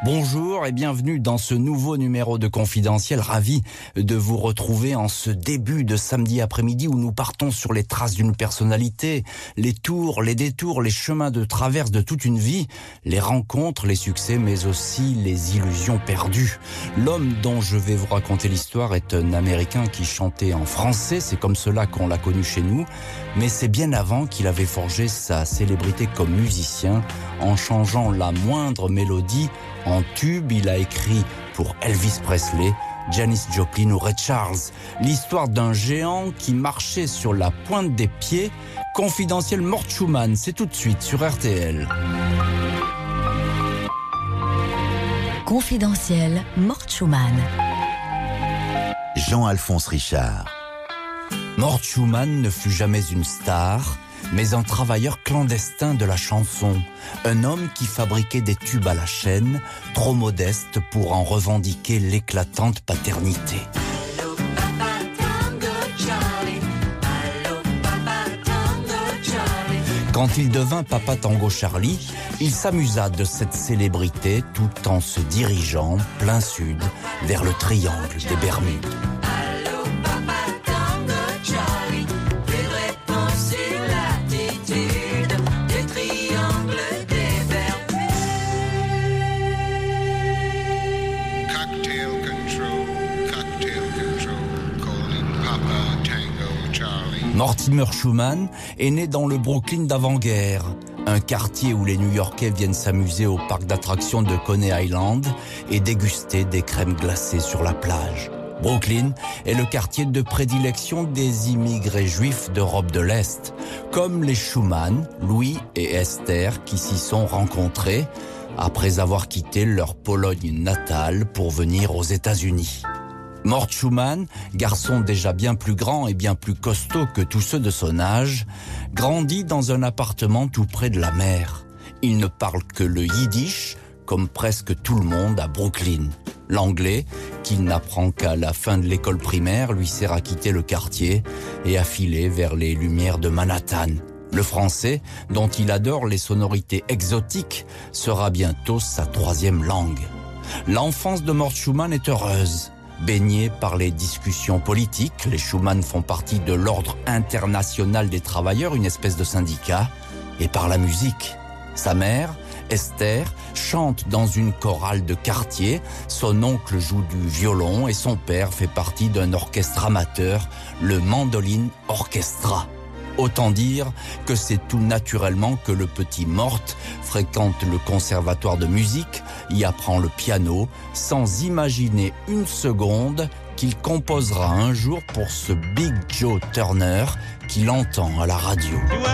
Bonjour et bienvenue dans ce nouveau numéro de Confidentiel. Ravi de vous retrouver en ce début de samedi après-midi où nous partons sur les traces d'une personnalité, les tours, les détours, les chemins de traverse de toute une vie, les rencontres, les succès, mais aussi les illusions perdues. L'homme dont je vais vous raconter l'histoire est un Américain qui chantait en français, c'est comme cela qu'on l'a connu chez nous, mais c'est bien avant qu'il avait forgé sa célébrité comme musicien en changeant la moindre mélodie en tube. Il a écrit pour Elvis Presley, Janis Joplin ou Ray Charles. L'histoire d'un géant qui marchait sur la pointe des pieds. Confidentiel Mort Schumann, c'est tout de suite sur RTL. Confidentiel Mort Schumann. Jean-Alphonse Richard. Mort Schumann ne fut jamais une star, mais un travailleur clandestin de la chanson. Un homme qui fabriquait des tubes à la chaîne, trop modeste pour en revendiquer l'éclatante paternité. Allô, papa, tango, Charlie. Allô, papa, tango, Charlie. Quand il devint Papa Tango Charlie, il s'amusa de cette célébrité tout en se dirigeant plein sud vers le triangle des Bermudes. Allô, papa, tango, Charlie. Plus de réponse sur l'attitude du triangle des Bermudes. Cocktail control, calling Papa Tango Charlie. Mortimer Schumann est né dans le Brooklyn d'avant-guerre, un quartier où les New-Yorkais viennent s'amuser au parc d'attractions de Coney Island et déguster des crèmes glacées sur la plage. Brooklyn est le quartier de prédilection des immigrés juifs d'Europe de l'Est, comme les Schumann, Louis et Esther qui s'y sont rencontrés après avoir quitté leur Pologne natale pour venir aux États-Unis. Mort Schumann, garçon déjà bien plus grand et bien plus costaud que tous ceux de son âge, grandit dans un appartement tout près de la mer. Il ne parle que le yiddish, comme presque tout le monde à Brooklyn. L'anglais, qu'il n'apprend qu'à la fin de l'école primaire, lui sert à quitter le quartier et à filer vers les lumières de Manhattan. Le français, dont il adore les sonorités exotiques, sera bientôt sa troisième langue. L'enfance de Mort Schumann est heureuse. Baignés par les discussions politiques, les Schumann font partie de l'Ordre international des travailleurs, une espèce de syndicat, et par la musique. Sa mère, Esther, chante dans une chorale de quartier, son oncle joue du violon et son père fait partie d'un orchestre amateur, le Mandolin Orchestra. Autant dire que c'est tout naturellement que le petit Mort fréquente le conservatoire de musique, y apprend le piano, sans imaginer une seconde qu'il composera un jour pour ce Big Joe Turner qu'il entend à la radio.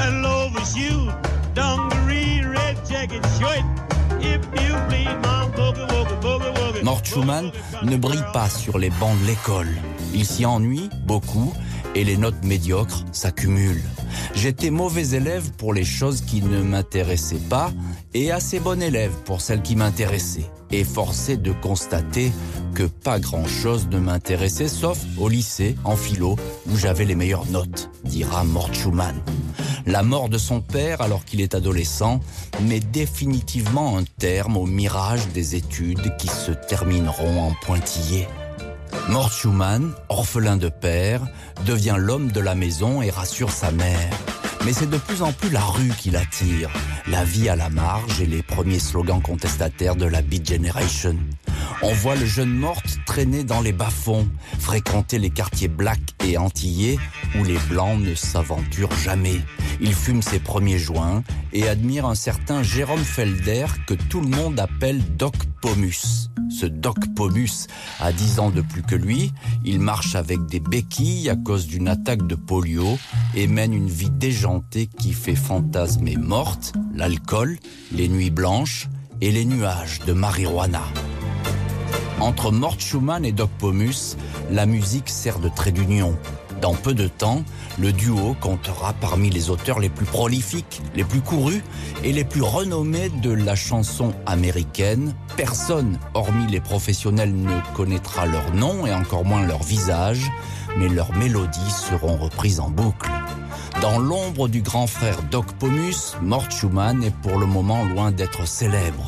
Mort Schumann ne brille pas sur les bancs de l'école. Il s'y ennuie beaucoup et les notes médiocres s'accumulent. J'étais mauvais élève pour les choses qui ne m'intéressaient pas et assez bon élève pour celles qui m'intéressaient. Et forcé de constater que pas grand-chose ne m'intéressait sauf au lycée, en philo, où j'avais les meilleures notes, dira Mort Schumann. La mort de son père, alors qu'il est adolescent, met définitivement un terme au mirage des études qui se termineront en pointillé. Mort Schumann, orphelin de père, devient l'homme de la maison et rassure sa mère. Mais c'est de plus en plus la rue qui l'attire, la vie à la marge et les premiers slogans contestataires de la Beat Generation. On voit le jeune Mort traîner dans les bas-fonds, fréquenter les quartiers blacks et antillais où les blancs ne s'aventurent jamais. Il fume ses premiers joints et admire un certain Jérôme Felder que tout le monde appelle Doc Pomus. Ce Doc Pomus a 10 ans de plus que lui, il marche avec des béquilles à cause d'une attaque de polio et mène une vie déjantée qui fait fantasmer Mort, l'alcool, les nuits blanches et les nuages de marijuana. Entre Mort Schumann et Doc Pomus, la musique sert de trait d'union. Dans peu de temps, le duo comptera parmi les auteurs les plus prolifiques, les plus courus et les plus renommés de la chanson américaine. Personne, hormis les professionnels, ne connaîtra leur nom et encore moins leur visage, mais leurs mélodies seront reprises en boucle. Dans l'ombre du grand frère Doc Pomus, Mort Schumann est pour le moment loin d'être célèbre.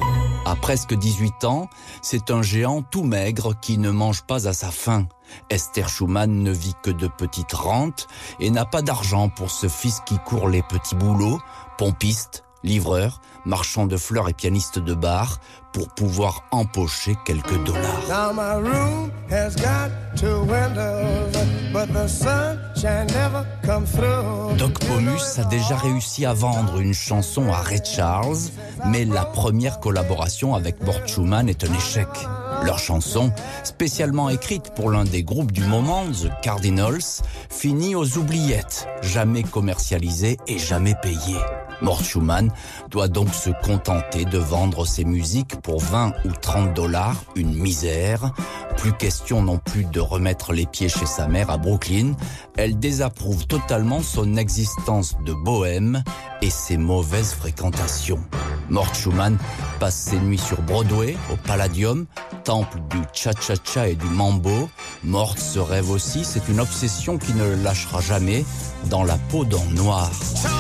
À presque 18 ans, c'est un géant tout maigre qui ne mange pas à sa faim. Esther Schumann ne vit que de petites rentes et n'a pas d'argent pour ce fils qui court les petits boulots, pompiste, livreur, marchand de fleurs et pianiste de bar, pour pouvoir empocher quelques dollars. Now my room has got 2 windows, but the sunshine never comes through. Doc Pomus a déjà réussi à vendre une chanson à Ray Charles, mais la première collaboration avec Mort Schumann est un échec. Leur chanson, spécialement écrite pour l'un des groupes du moment, The Cardinals, finit aux oubliettes, jamais commercialisée et jamais payée. Mort Schumann doit donc se contenter de vendre ses musiques pour 20 ou 30 $, une misère. Plus question non plus de remettre les pieds chez sa mère à Brooklyn. Elle désapprouve totalement son existence de bohème et ses mauvaises fréquentations. Mort Schumann passe ses nuits sur Broadway, au Palladium, temple du cha-cha-cha et du mambo. Mort se rêve aussi, c'est une obsession qui ne le lâchera jamais, dans la peau d'un noir.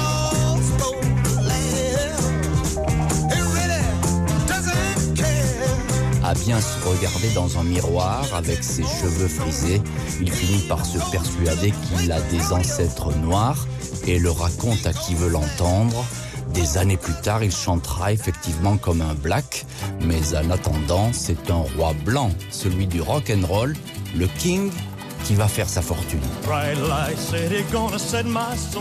À bien se regarder dans un miroir avec ses cheveux frisés, il finit par se persuader qu'il a des ancêtres noirs et le raconte à qui veut l'entendre. Des années plus tard, il chantera effectivement comme un black, mais en attendant, c'est un roi blanc, celui du rock and roll, le king, qui va faire sa fortune. Bright light city, gonna set my soul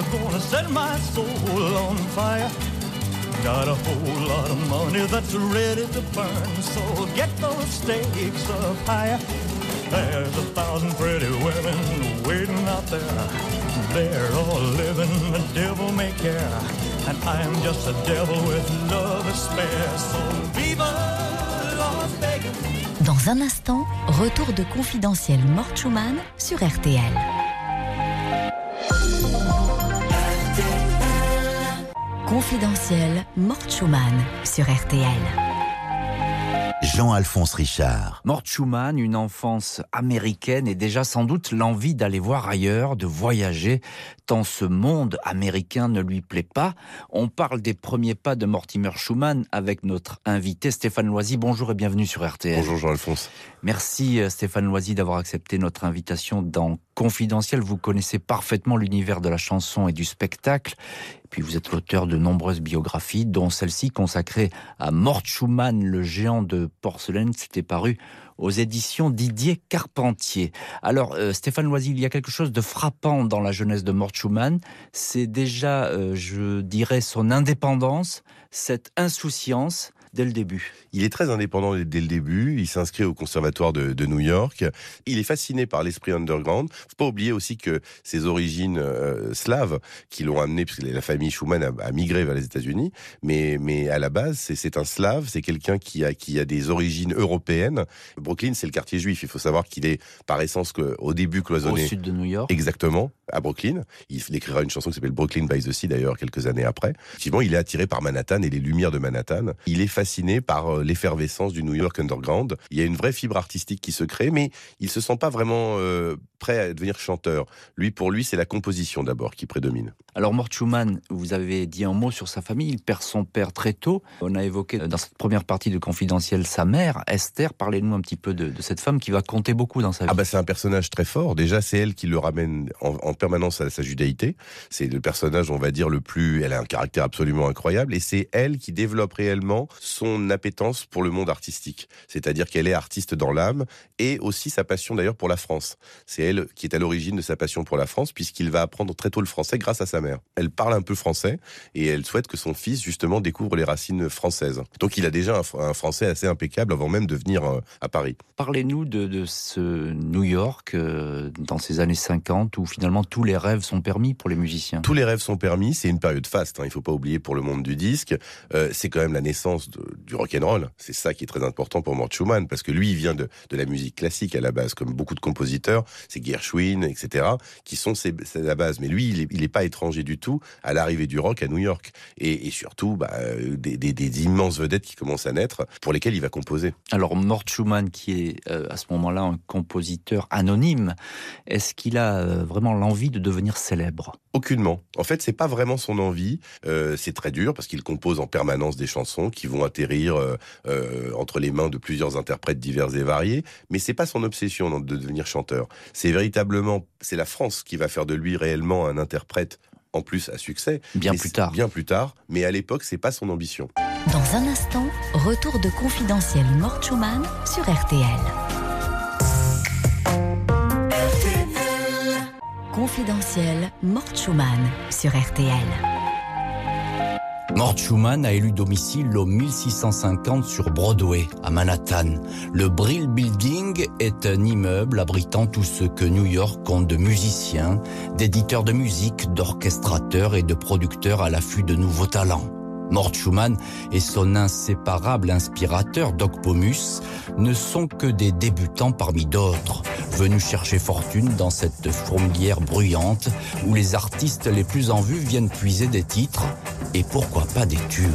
on fire. Got a whole lot of money that's ready to burn, so get those stakes up higher. There's 1,000 pretty women waiting out there. They're all living the devil may care, and I'm just a devil with love to spare. So viva Las Vegas. Dans un instant, retour de Confidentiel Mort Schumann sur RTL. Confidentiel Mort Schumann sur RTL. Jean-Alphonse Richard. Mort Schumann, une enfance américaine et déjà sans doute l'envie d'aller voir ailleurs, de voyager, tant ce monde américain ne lui plaît pas. On parle des premiers pas de Mortimer Schumann avec notre invité Stéphane Loisy. Bonjour et bienvenue sur RTL. Bonjour Jean-Alphonse. Merci Stéphane Loisy d'avoir accepté notre invitation dans Confidentiel. Vous connaissez parfaitement l'univers de la chanson et du spectacle. Et puis vous êtes l'auteur de nombreuses biographies, dont celle-ci consacrée à Mort Schumann, le géant de porcelaine. C'était paru aux éditions Didier Carpentier. Alors, Stéphane Loisy, il y a quelque chose de frappant dans la jeunesse de Mort Schumann. C'est déjà, je dirais, son indépendance, cette insouciance dès le début. Il est très indépendant dès le début, il s'inscrit au conservatoire de New York, il est fasciné par l'esprit underground. Faut pas oublier aussi que ses origines slaves, qui l'ont amené, puisque la famille Schumann a migré vers les États-Unis, mais à la base, c'est un slave, c'est quelqu'un qui a des origines européennes. Brooklyn, c'est le quartier juif, il faut savoir qu'il est par essence au début cloisonné. Au sud de New York. Exactement, à Brooklyn. Il écrira une chanson qui s'appelle Brooklyn by the Sea, d'ailleurs, quelques années après. Effectivement, il est attiré par Manhattan et les lumières de Manhattan. Il est fasciné par l'effervescence du New York underground. Il y a une vraie fibre artistique qui se crée, mais il se sent pas vraiment prêt à devenir chanteur. Pour lui, c'est la composition d'abord qui prédomine. Alors Mort Schumann, vous avez dit un mot sur sa famille. Il perd son père très tôt. On a évoqué dans cette première partie de Confidentiel sa mère, Esther. Parlez-nous un petit peu de cette femme qui va compter beaucoup dans sa vie. C'est un personnage très fort. Déjà, c'est elle qui le ramène en permanence à sa judaïté. C'est le personnage, on va dire, elle a un caractère absolument incroyable, et c'est elle qui développe réellement son appétence pour le monde artistique. C'est-à-dire qu'elle est artiste dans l'âme, et aussi sa passion d'ailleurs pour la France. C'est elle qui est à l'origine de sa passion pour la France, puisqu'il va apprendre très tôt le français grâce à sa mère. Elle parle un peu français, et elle souhaite que son fils, justement, découvre les racines françaises. Donc il a déjà un français assez impeccable avant même de venir à Paris. Parlez-nous de ce New York, dans ces années 50, où finalement tous les rêves sont permis pour les musiciens. Tous les rêves sont permis, c'est une période faste, il ne faut pas oublier pour le monde du disque. C'est quand même la naissance du rock'n'roll. C'est ça qui est très important pour Mort Schumann, parce que lui, il vient de la musique classique à la base, comme beaucoup de compositeurs, c'est Gershwin, etc., qui sont c'est la base. Mais lui, il n'est pas étranger du tout à l'arrivée du rock à New York. Et surtout, des immenses vedettes qui commencent à naître, pour lesquelles il va composer. Alors, Mort Schumann, qui est à ce moment-là un compositeur anonyme, est-ce qu'il a vraiment l'envie de devenir célèbre ? Aucunement. En fait, c'est pas vraiment son envie. C'est très dur, parce qu'il compose en permanence des chansons qui vont atterrir entre les mains de plusieurs interprètes divers et variés. Mais c'est pas son obsession de devenir chanteur. C'est la France qui va faire de lui réellement un interprète en plus à succès. Bien plus tard. Mais à l'époque, c'est pas son ambition. Dans un instant, retour de Confidentiel Mort Schumann sur RTL. Confidentiel Mort Schumann sur RTL. Mort Schumann a élu domicile au 1650 sur Broadway, à Manhattan. Le Brill Building est un immeuble abritant tout ce que New York compte de musiciens, d'éditeurs de musique, d'orchestrateurs et de producteurs à l'affût de nouveaux talents. Mort Schumann et son inséparable inspirateur Doc Pomus ne sont que des débutants parmi d'autres, venus chercher fortune dans cette fourmilière bruyante où les artistes les plus en vue viennent puiser des titres et pourquoi pas des tubes.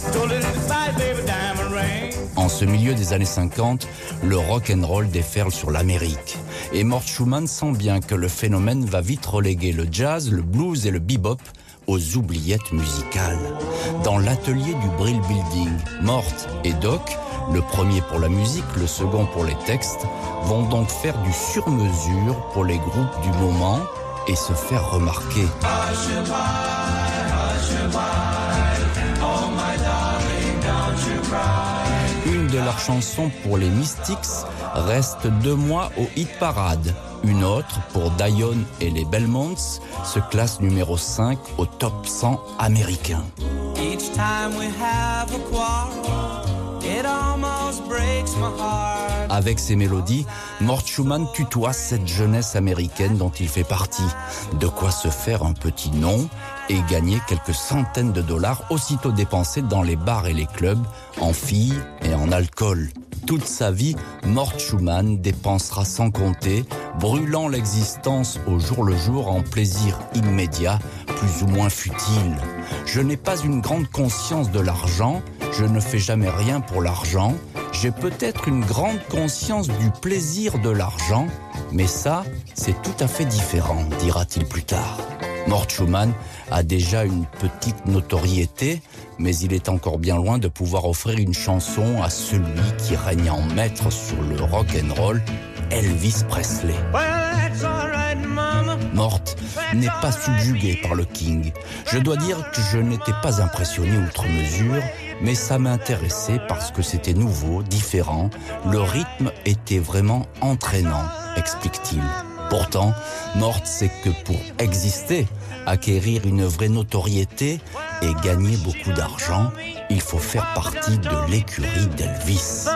En ce milieu des années 50, le rock'n'roll déferle sur l'Amérique. Et Mort Schumann sent bien que le phénomène va vite reléguer le jazz, le blues et le bebop aux oubliettes musicales. Dans l'atelier du Brill Building, Mort et Doc, le premier pour la musique, le second pour les textes, vont donc faire du sur-mesure pour les groupes du moment et se faire remarquer. Une de leurs chansons pour les Mystics reste 2 mois au hit parade. Une autre, pour Dion et les Belmonts, se classe numéro 5 au top 100 américain. Each time we have a quarrel, it almost breaks my heart. Avec ses mélodies, Mort Schumann tutoie cette jeunesse américaine dont il fait partie. De quoi se faire un petit nom et gagner quelques centaines de dollars aussitôt dépensés dans les bars et les clubs, en filles et en alcool. Toute sa vie, Mort Schumann dépensera sans compter, brûlant l'existence au jour le jour en plaisir immédiat, plus ou moins futile. Je n'ai pas une grande conscience de l'argent, je ne fais jamais rien pour l'argent, j'ai peut-être une grande conscience du plaisir de l'argent, mais ça, c'est tout à fait différent, dira-t-il plus tard. Mort Schumann a déjà une petite notoriété, mais il est encore bien loin de pouvoir offrir une chanson à celui qui règne en maître sur le rock'n'roll, Elvis Presley. Mort n'est pas subjugué par le King. Je dois dire que je n'étais pas impressionné outre mesure, mais ça m'intéressait parce que c'était nouveau, différent. Le rythme était vraiment entraînant, explique-t-il. Pourtant, Mort sait que pour exister, acquérir une vraie notoriété et gagner beaucoup d'argent, il faut faire partie de l'écurie d'Elvis.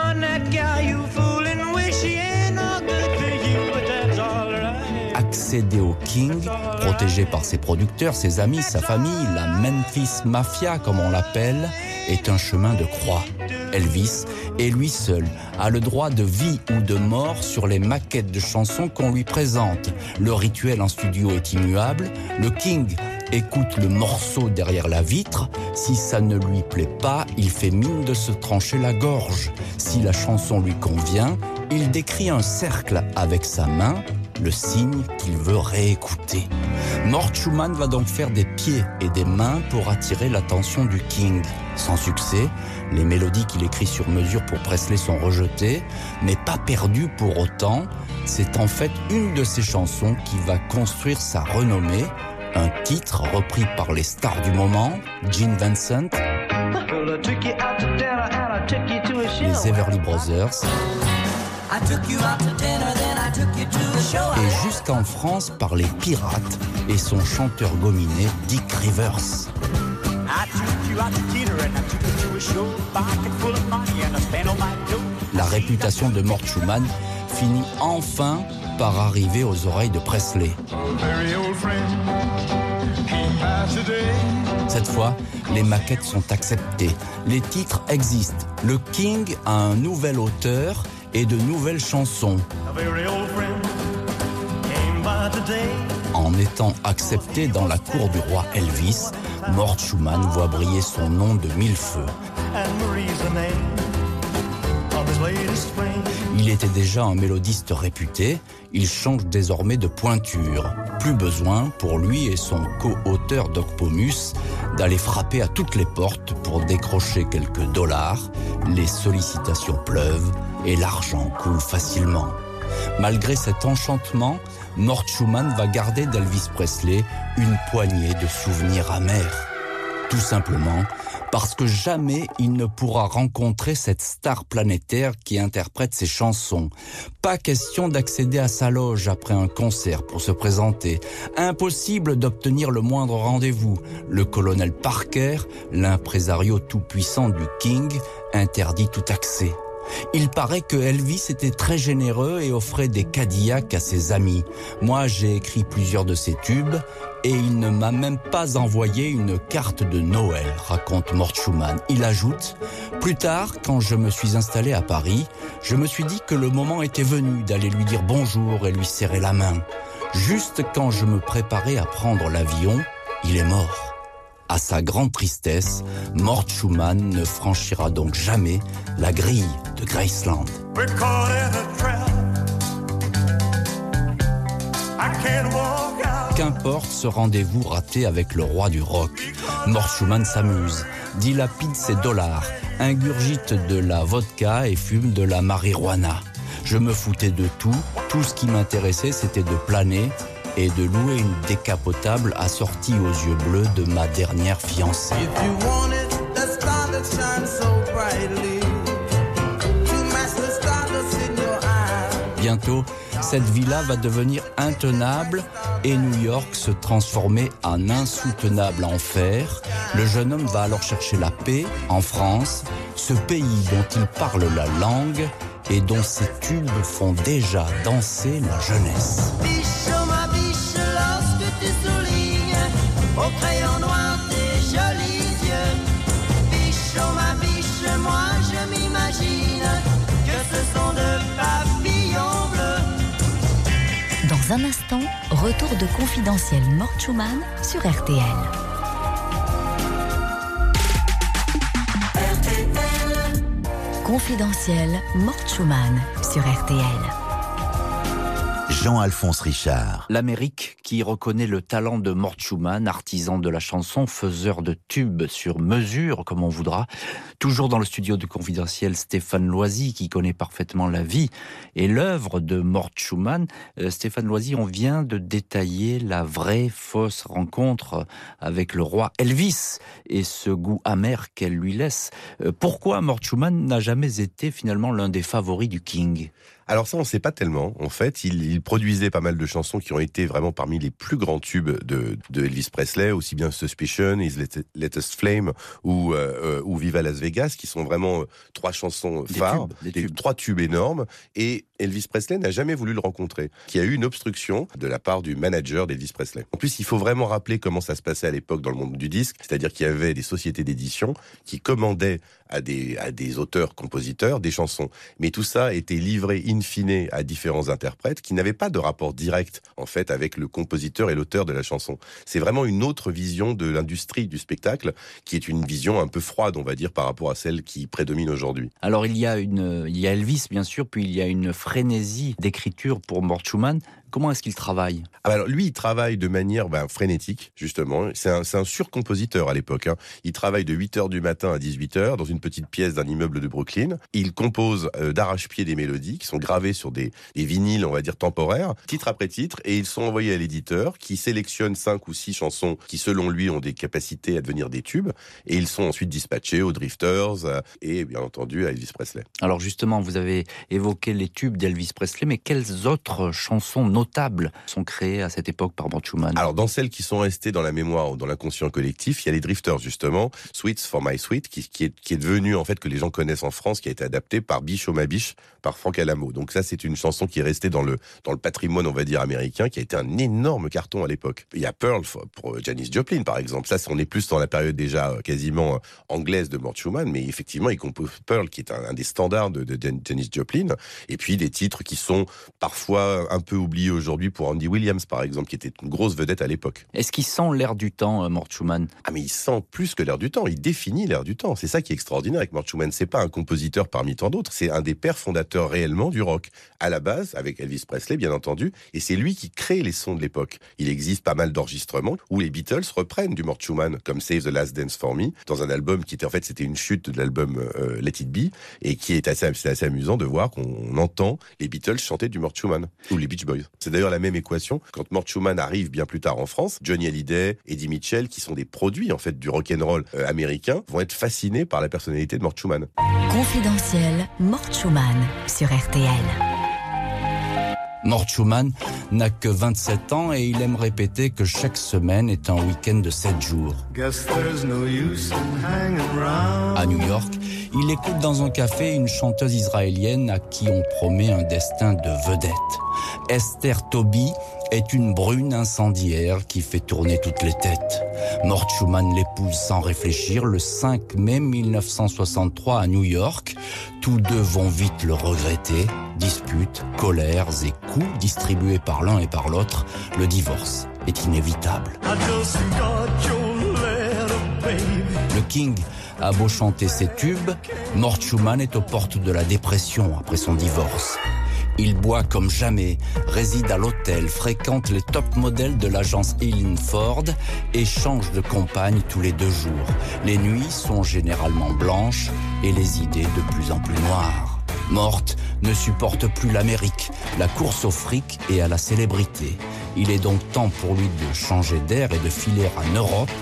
Accéder au King, protégé par ses producteurs, ses amis, sa famille, la Memphis Mafia comme on l'appelle, est un chemin de croix. Elvis, et lui seul, a le droit de vie ou de mort sur les maquettes de chansons qu'on lui présente. Le rituel en studio est immuable, le King écoute le morceau derrière la vitre, si ça ne lui plaît pas, il fait mine de se trancher la gorge. Si la chanson lui convient, il décrit un cercle avec sa main, le signe qu'il veut réécouter. Mort Schumann va donc faire des pieds et des mains pour attirer l'attention du King. Sans succès, les mélodies qu'il écrit sur mesure pour Presley sont rejetées, mais pas perdues pour autant. C'est en fait une de ses chansons qui va construire sa renommée, un titre repris par les stars du moment, Gene Vincent, les Everly Brothers, et jusqu'en France par les Pirates et son chanteur gominé Dick Rivers. La réputation de Mort Schumann finit enfin par arriver aux oreilles de Presley. Cette fois, les maquettes sont acceptées, les titres existent. Le King a un nouvel auteur et de nouvelles chansons. En étant accepté dans la cour du roi Elvis, Mort Schumann voit briller son nom de mille feux. of his latest fame. Il était déjà un mélodiste réputé, il change désormais de pointure. Plus besoin, pour lui et son co-auteur Doc Pomus, d'aller frapper à toutes les portes pour décrocher quelques dollars. Les sollicitations pleuvent et l'argent coule facilement. Malgré cet enchantement, Mort Schumann va garder d'Elvis Presley une poignée de souvenirs amers. Tout simplement parce que jamais il ne pourra rencontrer cette star planétaire qui interprète ses chansons. Pas question d'accéder à sa loge après un concert pour se présenter. Impossible d'obtenir le moindre rendez-vous. Le colonel Parker, l'impresario tout-puissant du King, interdit tout accès. Il paraît que Elvis était très généreux et offrait des Cadillacs à ses amis. Moi, j'ai écrit plusieurs de ses tubes et il ne m'a même pas envoyé une carte de Noël, raconte Mort Schumann. Il ajoute, plus tard, quand je me suis installé à Paris, je me suis dit que le moment était venu d'aller lui dire bonjour et lui serrer la main. Juste quand je me préparais à prendre l'avion, il est mort. À sa grande tristesse, Mort Schumann ne franchira donc jamais la grille de Graceland. Qu'importe ce rendez-vous raté avec le roi du rock. Mort Schumann s'amuse, dilapide ses dollars, ingurgite de la vodka et fume de la marijuana. Je me foutais de tout ce qui m'intéressait c'était de planer et de louer une décapotable assortie aux yeux bleus de ma dernière fiancée. Bientôt, cette villa va devenir intenable et New York se transformer en insoutenable enfer. Le jeune homme va alors chercher la paix en France, ce pays dont il parle la langue et dont ses tubes font déjà danser la jeunesse. Au crayon noir tes jolis yeux, biche, oh ma biche, moi je m'imagine que ce sont de papillons bleus. Dans un instant, retour de Confidentiel Mort Schumann sur RTL. Confidentiel Mort Schumann sur RTL. Jean-Alphonse Richard. L'Amérique qui reconnaît le talent de Mort Schumann, artisan de la chanson, faiseur de tubes sur mesure, comme on voudra. Toujours dans le studio de Confidentiel, Stéphane Loisy, qui connaît parfaitement la vie et l'œuvre de Mort Schumann. Stéphane Loisy, on vient de détailler la vraie fausse rencontre avec le roi Elvis et ce goût amer qu'elle lui laisse. Pourquoi Mort Schumann n'a jamais été finalement l'un des favoris du King ? Alors ça, on ne sait pas tellement. En fait, il produisait pas mal de chansons qui ont été vraiment parmi les plus grands tubes de Elvis Presley, aussi bien Suspicion, His Latest Flame ou Viva Las Vegas, qui sont vraiment trois chansons phares, trois tubes énormes. Et Elvis Presley n'a jamais voulu le rencontrer, qui a eu une obstruction de la part du manager d'Elvis Presley. En plus, il faut vraiment rappeler comment ça se passait à l'époque dans le monde du disque, c'est-à-dire qu'il y avait des sociétés d'édition qui commandaient à des auteurs-compositeurs des chansons. Mais tout ça était livré in fine à différents interprètes qui n'avaient pas de rapport direct, en fait, avec le compositeur et l'auteur de la chanson. C'est vraiment une autre vision de l'industrie du spectacle, qui est une vision un peu froide, on va dire, par rapport à celle qui prédomine aujourd'hui. Alors, il y a Elvis, bien sûr, puis il y a une frénésie d'écriture pour Mort Schumann. Comment est-ce qu'il travaille ? Alors lui, il travaille de manière frénétique, justement. C'est un surcompositeur à l'époque. Il travaille de 8h du matin à 18h dans une petite pièce d'un immeuble de Brooklyn. Il compose d'arrache-pied des mélodies qui sont gravées sur des vinyles, on va dire, temporaires, titre après titre, et ils sont envoyés à l'éditeur qui sélectionne 5 ou 6 chansons qui, selon lui, ont des capacités à devenir des tubes, et ils sont ensuite dispatchés aux Drifters et, bien entendu, à Elvis Presley. Alors justement, vous avez évoqué les tubes d'Elvis Presley, mais quelles autres chansons notables sont créées à cette époque par Mort Schumann? Alors, dans celles qui sont restées dans la mémoire ou dans l'inconscient collectif, il y a les Drifters, justement, Sweets for My Sweet, qui est devenu, en fait, que les gens connaissent en France, qui a été adapté par Biche oh ma biche, par Frank Alamo. Donc ça, c'est une chanson qui est restée dans le patrimoine, on va dire, américain, qui a été un énorme carton à l'époque. Il y a Pearl pour Janis Joplin, par exemple. Ça, on est plus dans la période déjà quasiment anglaise de Mort Schumann, mais effectivement, il compose Pearl, qui est un des standards de Janis Joplin. Et puis, des titres qui sont parfois un peu oubliés oublié aujourd'hui pour Andy Williams, par exemple, qui était une grosse vedette à l'époque. Est-ce qu'il sent l'air du temps, Mort Schumann? Ah, mais il sent plus que l'air du temps, il définit l'air du temps. C'est ça qui est extraordinaire avec Mort Schumann. C'est pas un compositeur parmi tant d'autres, c'est un des pères fondateurs réellement du rock. À la base, avec Elvis Presley, bien entendu, et c'est lui qui crée les sons de l'époque. Il existe pas mal d'enregistrements où les Beatles reprennent du Mort Schumann, comme Save the Last Dance for Me, dans un album qui était, en fait, c'était une chute de l'album Let It Be, et qui est assez amusant de voir qu'on entend les Beatles chanter du Mort Schumann, ou les Beach Boys. C'est d'ailleurs la même équation quand Mort Schumann arrive bien plus tard en France. Johnny Hallyday, Eddie Mitchell, qui sont des produits en fait du rock'n'roll américain, vont être fascinés par la personnalité de Mort Schumann. Confidentiel, Mort Schumann sur RTL. Mort Schumann n'a que 27 ans et il aime répéter que chaque semaine est un week-end de 7 jours. À New York, il écoute dans un café une chanteuse israélienne à qui on promet un destin de vedette. Esther Toby est une brune incendiaire qui fait tourner toutes les têtes. Mort Schumann l'épouse sans réfléchir le 5 mai 1963 à New York. Tous deux vont vite le regretter. Disputes, colères et coups distribués par l'un et par l'autre. Le divorce est inévitable. Le King a beau chanter ses tubes, Mort Schumann est aux portes de la dépression après son divorce. Il boit comme jamais, réside à l'hôtel, fréquente les top modèles de l'agence Eileen Ford et change de compagne tous les 2 jours. Les nuits sont généralement blanches et les idées de plus en plus noires. Mort ne supporte plus l'Amérique, la course au fric et à la célébrité. Il est donc temps pour lui de changer d'air et de filer en Europe.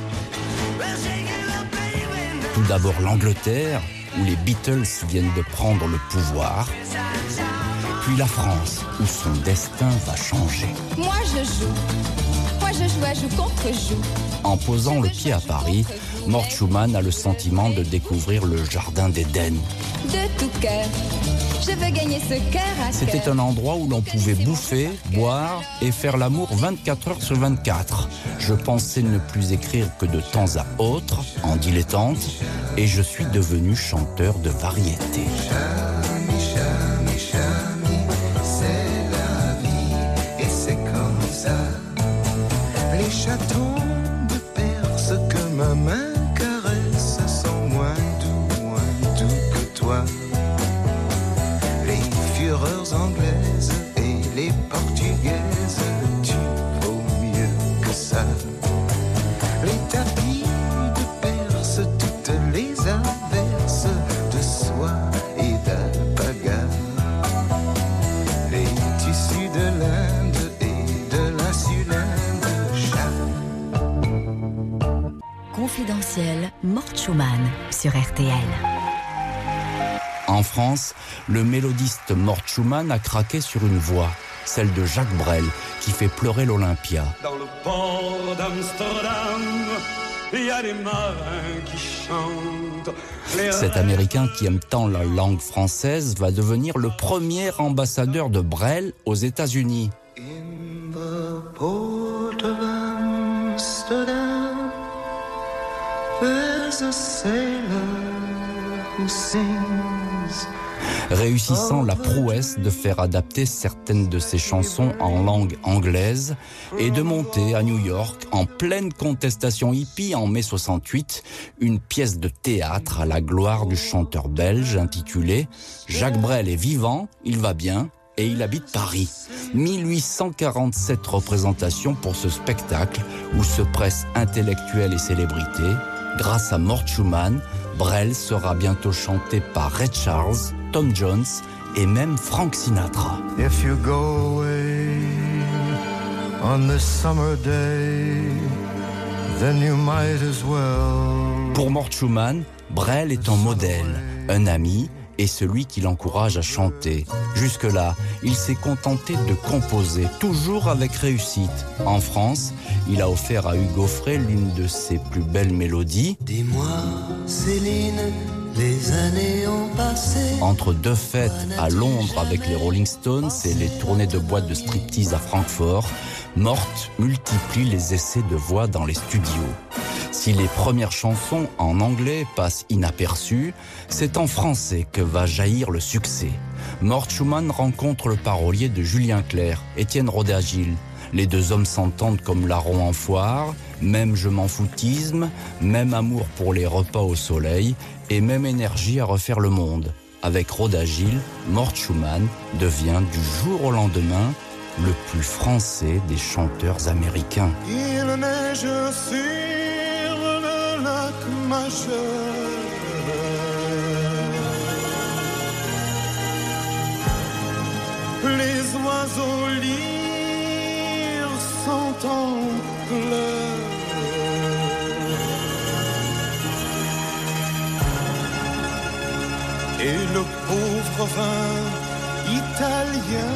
Tout d'abord l'Angleterre, où les Beatles viennent de prendre le pouvoir. Puis la France, où son destin va changer. Moi je joue à joue contre joue. En posant le pied à Paris, Mort Schumann a le sentiment de découvrir le jardin d'Éden. De tout cœur, je veux gagner ce cœur à cœur. C'était un endroit où l'on pouvait bouffer, boire et faire l'amour 24 heures sur 24. Je pensais ne plus écrire que de temps à autre, en dilettante, et je suis devenu chanteur de variété. Les chatons de Perse que ma main caresse sont moins doux que toi. Les fureurs anglaises et les portugaises, tu vaux mieux que ça. Les tapis de Perse, toutes les averses de soie et d'alpaga. Les tissus de l'Inde et de la Sulinde. Confidentiel, Mort Schumann sur RTL. En France, le mélodiste Mort Schumann a craqué sur une voix, celle de Jacques Brel, qui fait pleurer l'Olympia. Dans le port d'Amsterdam, il y a des marins qui chantent. Cet Américain qui aime tant la langue française va devenir le premier ambassadeur de Brel aux États-Unis. In the port of Amsterdam, there's a sailor who sings. Réussissant la prouesse de faire adapter certaines de ses chansons en langue anglaise et de monter à New York, en pleine contestation hippie en mai 68, une pièce de théâtre à la gloire du chanteur belge intitulée « Jacques Brel est vivant, il va bien ». Et il habite Paris. 1847 représentations pour ce spectacle où se pressent intellectuels et célébrités. Grâce à Mort Schumann, Brel sera bientôt chanté par Ray Charles, Tom Jones et même Frank Sinatra. If you go away on the summer day, then you might as well. Pour Mort Schumann, Brel est un modèle, un ami et celui qui l'encourage à chanter. Jusque-là, il s'est contenté de composer, toujours avec réussite. En France, il a offert à Hugo Frey l'une de ses plus belles mélodies. Dis-moi, Céline, les années ont passé. Entre 2 fêtes à Londres avec les Rolling Stones et les tournées de boîtes de striptease à Francfort, Mort multiplie les essais de voix dans les studios. Si les premières chansons en anglais passent inaperçues, c'est en français que va jaillir le succès. Mort Schumann rencontre le parolier de Julien Clerc, Étienne Rodat-Gilles. Les deux hommes s'entendent comme larrons en foire, même je m'en foutisme, même amour pour les repas au soleil et même énergie à refaire le monde. Avec Rodat-Gilles, Mort Schumann devient du jour au lendemain le plus français des chanteurs américains. Il neige sur le lac Majeur. Les oiseaux lyres sont en pleurs. Et le pauvre vin italien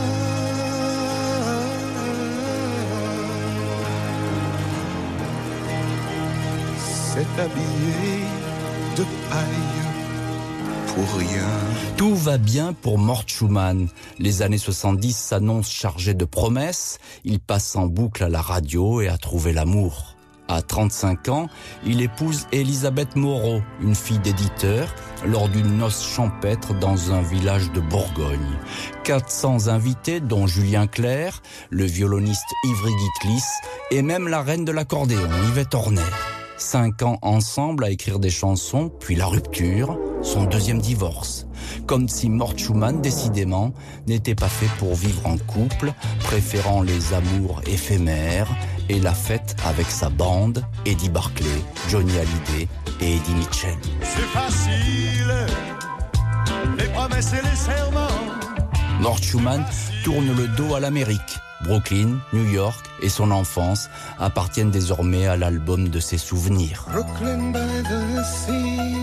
s'est habillé de paille pour rien. Tout va bien pour Mort Schumann. Les années 70 s'annoncent chargées de promesses. Il passe en boucle à la radio et a trouvé l'amour. À 35 ans, il épouse Elisabeth Moreau, une fille d'éditeur, lors d'une noce champêtre dans un village de Bourgogne. 400 invités, dont Julien Clerc, le violoniste Ivry Guitlis et même la reine de l'accordéon, Yvette Horner. 5 ans ensemble à écrire des chansons, puis la rupture, son deuxième divorce. Comme si Mort Schumann, décidément, n'était pas fait pour vivre en couple, préférant les amours éphémères et la fête avec sa bande, Eddie Barclay, Johnny Hallyday et Eddie Mitchell. C'est facile, les promesses et les serments. Mort Schumann tourne le dos à l'Amérique. Brooklyn, New York et son enfance appartiennent désormais à l'album de ses souvenirs. Brooklyn by the sea,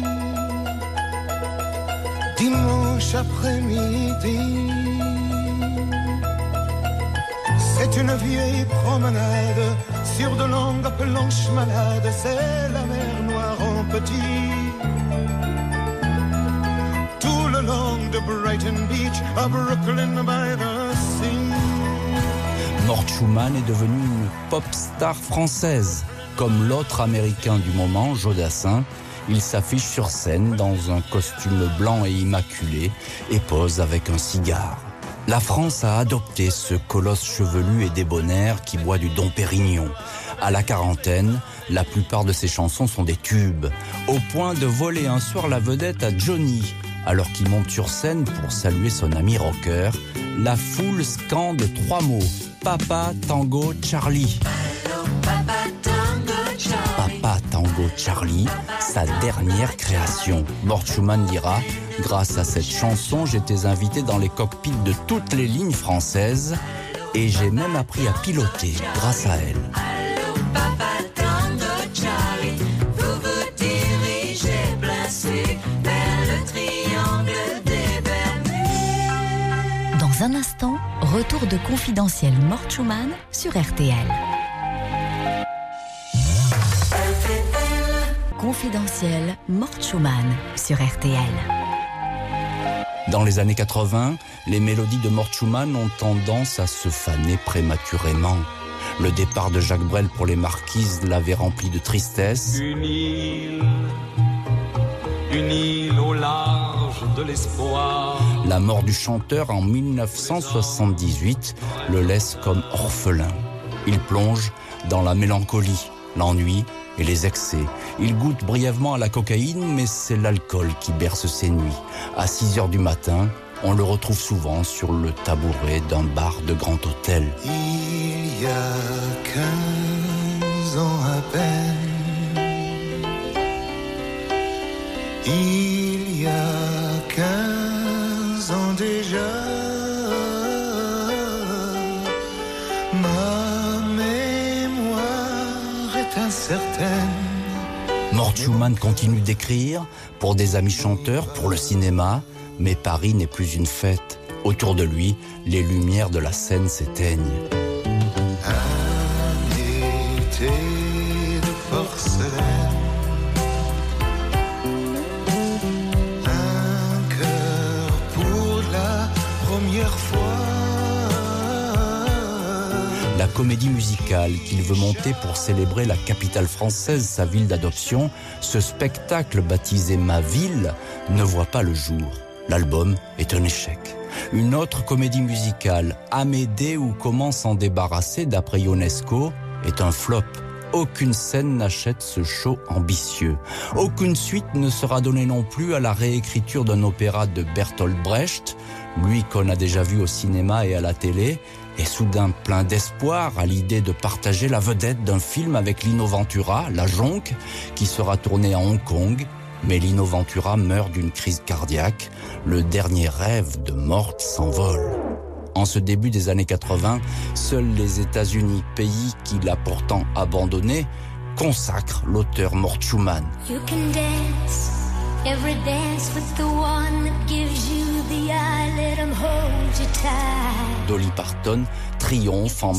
dimanche après-midi, c'est une vieille promenade sur de longues planches malades, c'est la mer Noire en petit. Tout le long de Brighton Beach à Brooklyn by the sea. Mort Schumann est devenu une pop star française. Comme l'autre américain du moment, Jodassin, il s'affiche sur scène dans un costume blanc et immaculé et pose avec un cigare. La France a adopté ce colosse chevelu et débonnaire qui boit du Dom Pérignon. À la quarantaine, la plupart de ses chansons sont des tubes, au point de voler un soir la vedette à Johnny. Alors qu'il monte sur scène pour saluer son ami rocker, la foule scande 3 mots. Papa Tango Charlie. Papa Tango Charlie, sa dernière création. Mort Schumann dira « Grâce à cette chanson, j'étais invité dans les cockpits de toutes les lignes françaises et j'ai même appris à piloter grâce à elle. » Dans un instant, retour de Confidentiel Mort Schumann sur RTL. Confidentiel Mort Schumann sur RTL. Dans les années 80, les mélodies de Mort Schumann ont tendance à se faner prématurément. Le départ de Jacques Brel pour les Marquises l'avait rempli de tristesse. Une île au large de l'espoir. La mort du chanteur en 1978 le laisse comme orphelin. Il plonge dans la mélancolie, l'ennui et les excès. Il goûte brièvement à la cocaïne, mais c'est l'alcool qui berce ses nuits. À 6h du matin, on le retrouve souvent sur le tabouret d'un bar de grand hôtel. Il y a 15 ans à peine, il y a 15 ans déjà, ma mémoire est incertaine. Mort Schumann continue d'écrire pour des amis chanteurs, pour le cinéma, mais Paris n'est plus une fête. Autour de lui, les lumières de la scène s'éteignent. Un été de porcelaine, un cœur pour la première fois. La comédie musicale qu'il veut monter pour célébrer la capitale française, sa ville d'adoption, ce spectacle baptisé Ma Ville, ne voit pas le jour. L'album est un échec. Une autre comédie musicale, Amédée ou Comment s'en débarrasser d'après Ionesco, est un flop. Aucune scène n'achète ce show ambitieux. Aucune suite ne sera donnée non plus à la réécriture d'un opéra de Bertolt Brecht, lui qu'on a déjà vu au cinéma et à la télé, est soudain plein d'espoir à l'idée de partager la vedette d'un film avec Lino Ventura, La Jonque, qui sera tourné à Hong Kong. Mais Lino Ventura meurt d'une crise cardiaque. Le dernier rêve de Mort s'envole. En ce début des années 80, seuls les États-Unis, pays qu'il a pourtant abandonné, consacrent l'auteur Mort Schumann. You can dance, every dance with the one that gives you the eye, let him hold you tight. Dolly Parton triomphe en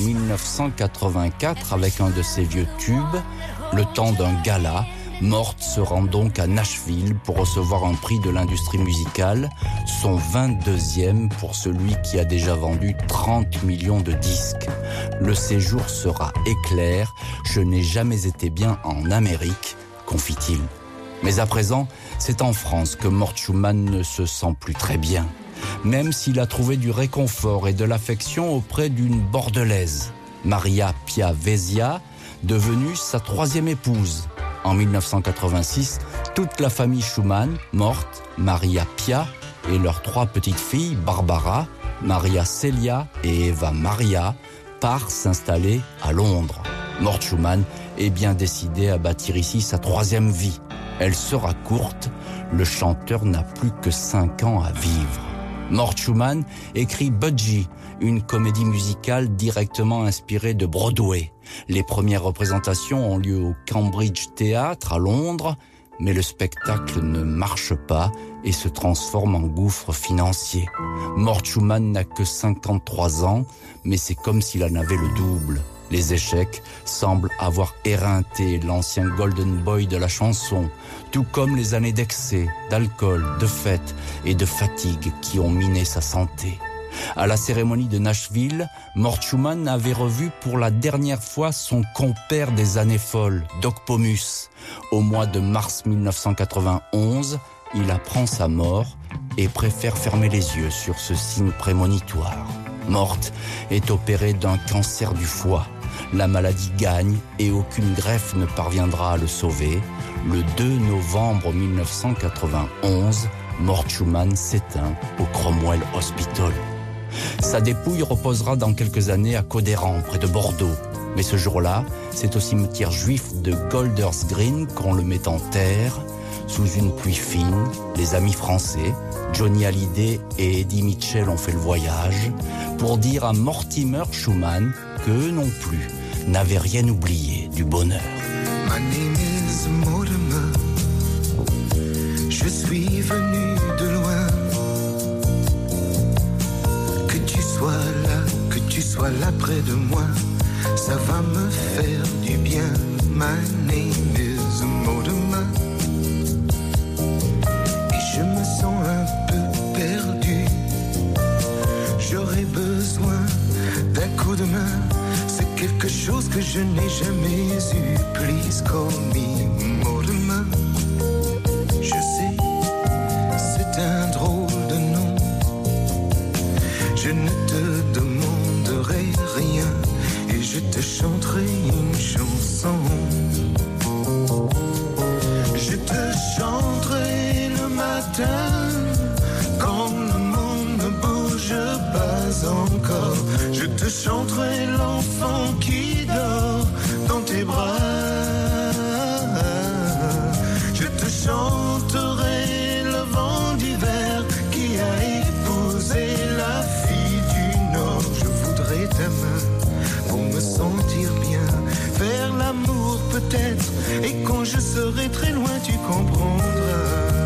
1984 avec un de ses vieux tubes, le temps d'un gala. Mort se rend donc à Nashville pour recevoir un prix de l'industrie musicale, son 22e pour celui qui a déjà vendu 30 millions de disques. Le séjour sera éclair, je n'ai jamais été bien en Amérique, confie-t-il. Mais à présent, c'est en France que Mort Schumann ne se sent plus très bien, même s'il a trouvé du réconfort et de l'affection auprès d'une Bordelaise, Maria Pia Vezia, devenue sa 3e épouse. En 1986, toute la famille Schumann, Morte, Maria Pia et leurs 3 petites filles, Barbara, Maria Celia et Eva Maria, part s'installer à Londres. Mort Schumann est bien décidé à bâtir ici sa 3e vie. Elle sera courte, le chanteur n'a plus que 5 ans à vivre. Mort Schumann écrit Budgie, une comédie musicale directement inspirée de Broadway. Les premières représentations ont lieu au Cambridge Theatre à Londres, mais le spectacle ne marche pas et se transforme en gouffre financier. Mort Schumann n'a que 53 ans, mais c'est comme s'il en avait le double. Les échecs semblent avoir éreinté l'ancien Golden Boy de la chanson, tout comme les années d'excès, d'alcool, de fêtes et de fatigue qui ont miné sa santé. À la cérémonie de Nashville, Mort Schumann avait revu pour la dernière fois son compère des années folles, Doc Pomus. Au mois de mars 1991, il apprend sa mort et préfère fermer les yeux sur ce signe prémonitoire. Mort est opéré d'un cancer du foie. La maladie gagne et aucune greffe ne parviendra à le sauver. Le 2 novembre 1991, Mort Schumann s'éteint au Cromwell Hospital. Sa dépouille reposera dans quelques années à Codéran, près de Bordeaux. Mais ce jour-là, c'est au cimetière juif de Golders Green qu'on le met en terre. Sous une pluie fine, les amis français, Johnny Hallyday et Eddie Mitchell ont fait le voyage pour dire à Mortimer Schumann qu'eux non plus n'avaient rien oublié du bonheur. My name is Mortimer. Je suis venu de loin. Que tu sois là près de moi, ça va me faire du bien. My name is Mortimer. Et je me sens un peu perdu. J'aurais besoin d'un coup de main. C'est quelque chose que je n'ai jamais eu. Please call me Mortimer. Je sais, c'est un drôle de nom. Je ne te demanderai rien et je te chanterai une chanson. Je te chanterai le matin quand le monde ne bouge pas encore. Je te chanterai l'enfant qui dort dans tes bras. Je te chanterai le vent d'hiver qui a épousé la fille du Nord. Je voudrais ta main pour me sentir bien, faire l'amour peut-être, et quand je serai très loin tu comprendras.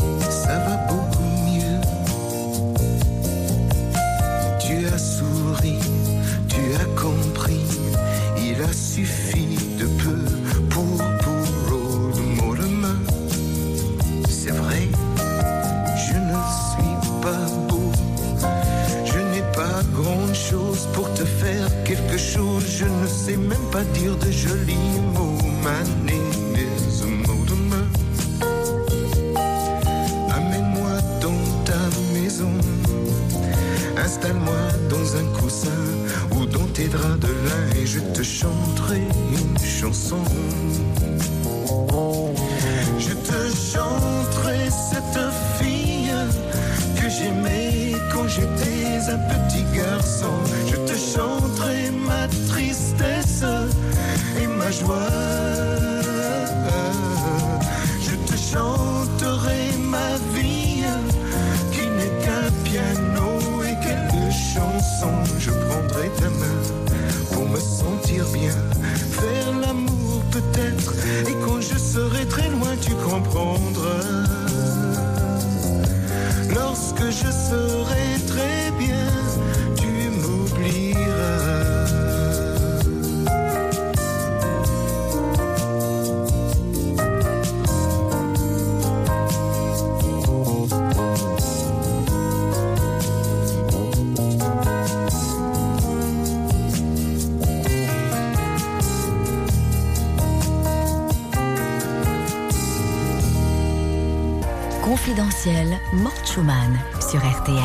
Tu as souri chose pour te faire quelque chose. Je ne sais même pas dire de jolis mots. My name is a Mortimer. Amène-moi dans ta maison. Installe-moi dans un coussin ou dans tes draps de lin et je te chanterai une chanson. Je te chanterai cette fille que j'aimais quand j'étais un petit garçon. Je te chanterai ma tristesse et ma joie. Je te chanterai ma vie qui n'est qu'un piano et quelques chansons. Je prendrai ta main pour me sentir bien, faire l'amour peut-être, et quand je serai très loin tu comprendras. Lorsque je serai très bien, tu m'oublieras. Confidentiel, Mort Schumann sur RTL.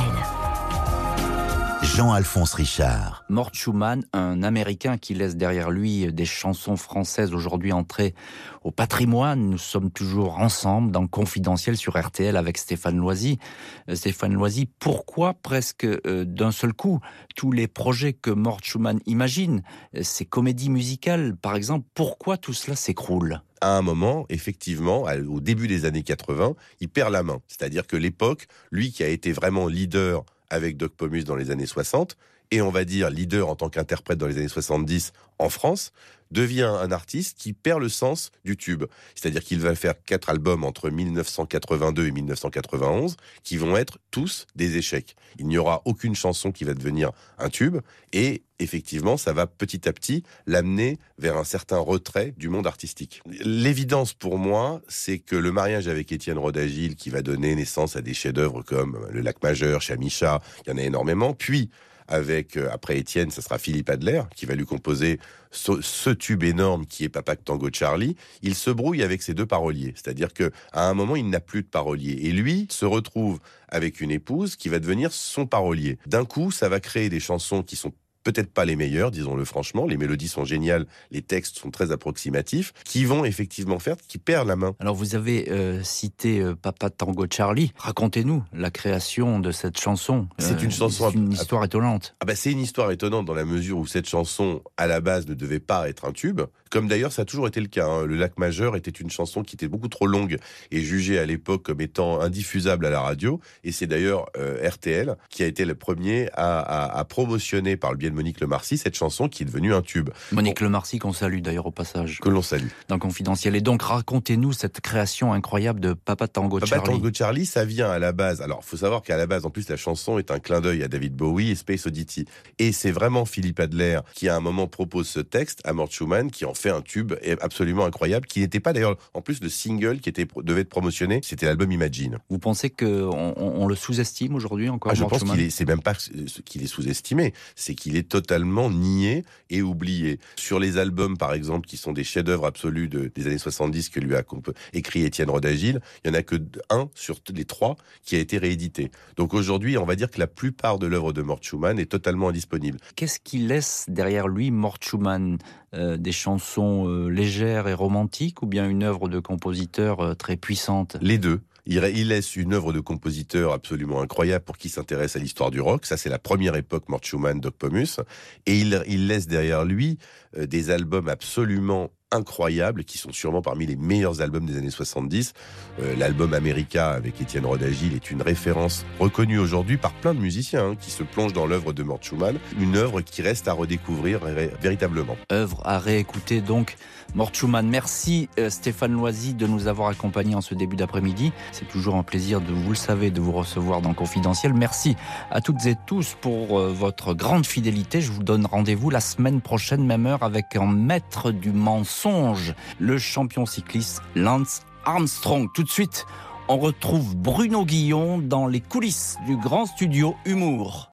Jean-Alphonse Richard. Mort Schumann, un Américain qui laisse derrière lui des chansons françaises aujourd'hui entrées au patrimoine. Nous sommes toujours ensemble dans Confidentiel sur RTL avec Stéphane Loisy. Stéphane Loisy, pourquoi presque d'un seul coup tous les projets que Mort Schumann imagine, ces comédies musicales par exemple, pourquoi tout cela s'écroule ? À un moment, effectivement, au début des années 80, il perd la main. C'est-à-dire que l'époque, lui qui a été vraiment leader avec Doc Pomus dans les années 60, et on va dire leader en tant qu'interprète dans les années 70 en France, devient un artiste qui perd le sens du tube. C'est-à-dire qu'il va faire 4 albums entre 1982 et 1991 qui vont être tous des échecs. Il n'y aura aucune chanson qui va devenir un tube et effectivement, ça va petit à petit l'amener vers un certain retrait du monde artistique. L'évidence pour moi, c'est que le mariage avec Étienne Roda-Gil qui va donner naissance à des chefs-d'œuvre comme Le Lac Majeur, Chamicha, il y en a énormément, puis avec, après Étienne, ça sera Philippe Adler qui va lui composer ce tube énorme qui est Papa Tango Charlie. Il se brouille avec ses deux paroliers, c'est-à-dire que à un moment il n'a plus de parolier et lui se retrouve avec une épouse qui va devenir son parolier. D'un coup, ça va créer des chansons qui sont peut-être pas les meilleurs, disons-le franchement, les mélodies sont géniales, les textes sont très approximatifs, qui vont effectivement faire qu'ils perdent la main. Alors vous avez cité Papa Tango Charlie, racontez-nous la création de cette chanson. C'est une chanson... C'est une histoire étonnante. C'est une histoire étonnante dans la mesure où cette chanson, à la base, ne devait pas être un tube, comme d'ailleurs ça a toujours été le cas. Hein. Le Lac Majeur était une chanson qui était beaucoup trop longue et jugée à l'époque comme étant indiffusable à la radio, et c'est d'ailleurs RTL qui a été le premier à promotionner par le biais de Monique Lemarcy, cette chanson qui est devenue un tube. Monique Lemarcy qu'on salue d'ailleurs au passage. Que l'on salue. Dans Confidentiel. Et donc racontez-nous cette création incroyable de Papa Tango Charlie. Papa Tango Charlie, ça vient à la base. Alors, faut savoir qu'à la base, en plus, la chanson est un clin d'œil à David Bowie et Space Oddity. Et c'est vraiment Philippe Adler qui, à un moment, propose ce texte à Mort Schumann, qui en fait un tube absolument incroyable, qui n'était pas d'ailleurs, en plus, le single qui devait être promotionné. C'était l'album Imagine. Vous pensez qu'on le sous-estime aujourd'hui encore? Je pense c'est même pas qu'il est sous-estimé, c'est qu'il est totalement nié et oublié. Sur les albums, par exemple, qui sont des chefs-d'œuvre absolus des années 70 que lui a écrit Étienne Roda-Gil, il n'y en a que un sur les 3 qui a été réédité. Donc aujourd'hui, on va dire que la plupart de l'œuvre de Mort Schumann est totalement indisponible. Qu'est-ce qu'il laisse derrière lui, Mort Schumann? Des chansons légères et romantiques ou bien une œuvre de compositeur très puissante? Les deux. Il laisse une œuvre de compositeur absolument incroyable pour qui s'intéresse à l'histoire du rock. Ça, c'est la première époque, Mort Schumann, Doc Pomus. Et il laisse derrière lui des albums absolument incroyables, qui sont sûrement parmi les meilleurs albums des années 70. L'album America avec Étienne Roda-Gil est une référence reconnue aujourd'hui par plein de musiciens qui se plongent dans l'œuvre de Mort Schumann. Une œuvre qui reste à redécouvrir véritablement. Œuvre à réécouter donc, Mort Schumann. Merci Stéphane Loisy de nous avoir accompagnés en ce début d'après-midi. C'est toujours un plaisir, vous le savez, de vous recevoir dans Confidentiel. Merci à toutes et tous pour votre grande fidélité. Je vous donne rendez-vous la semaine prochaine, même heure, avec un maître du mensonge, le champion cycliste Lance Armstrong. Tout de suite, on retrouve Bruno Guillon dans les coulisses du grand studio Humour.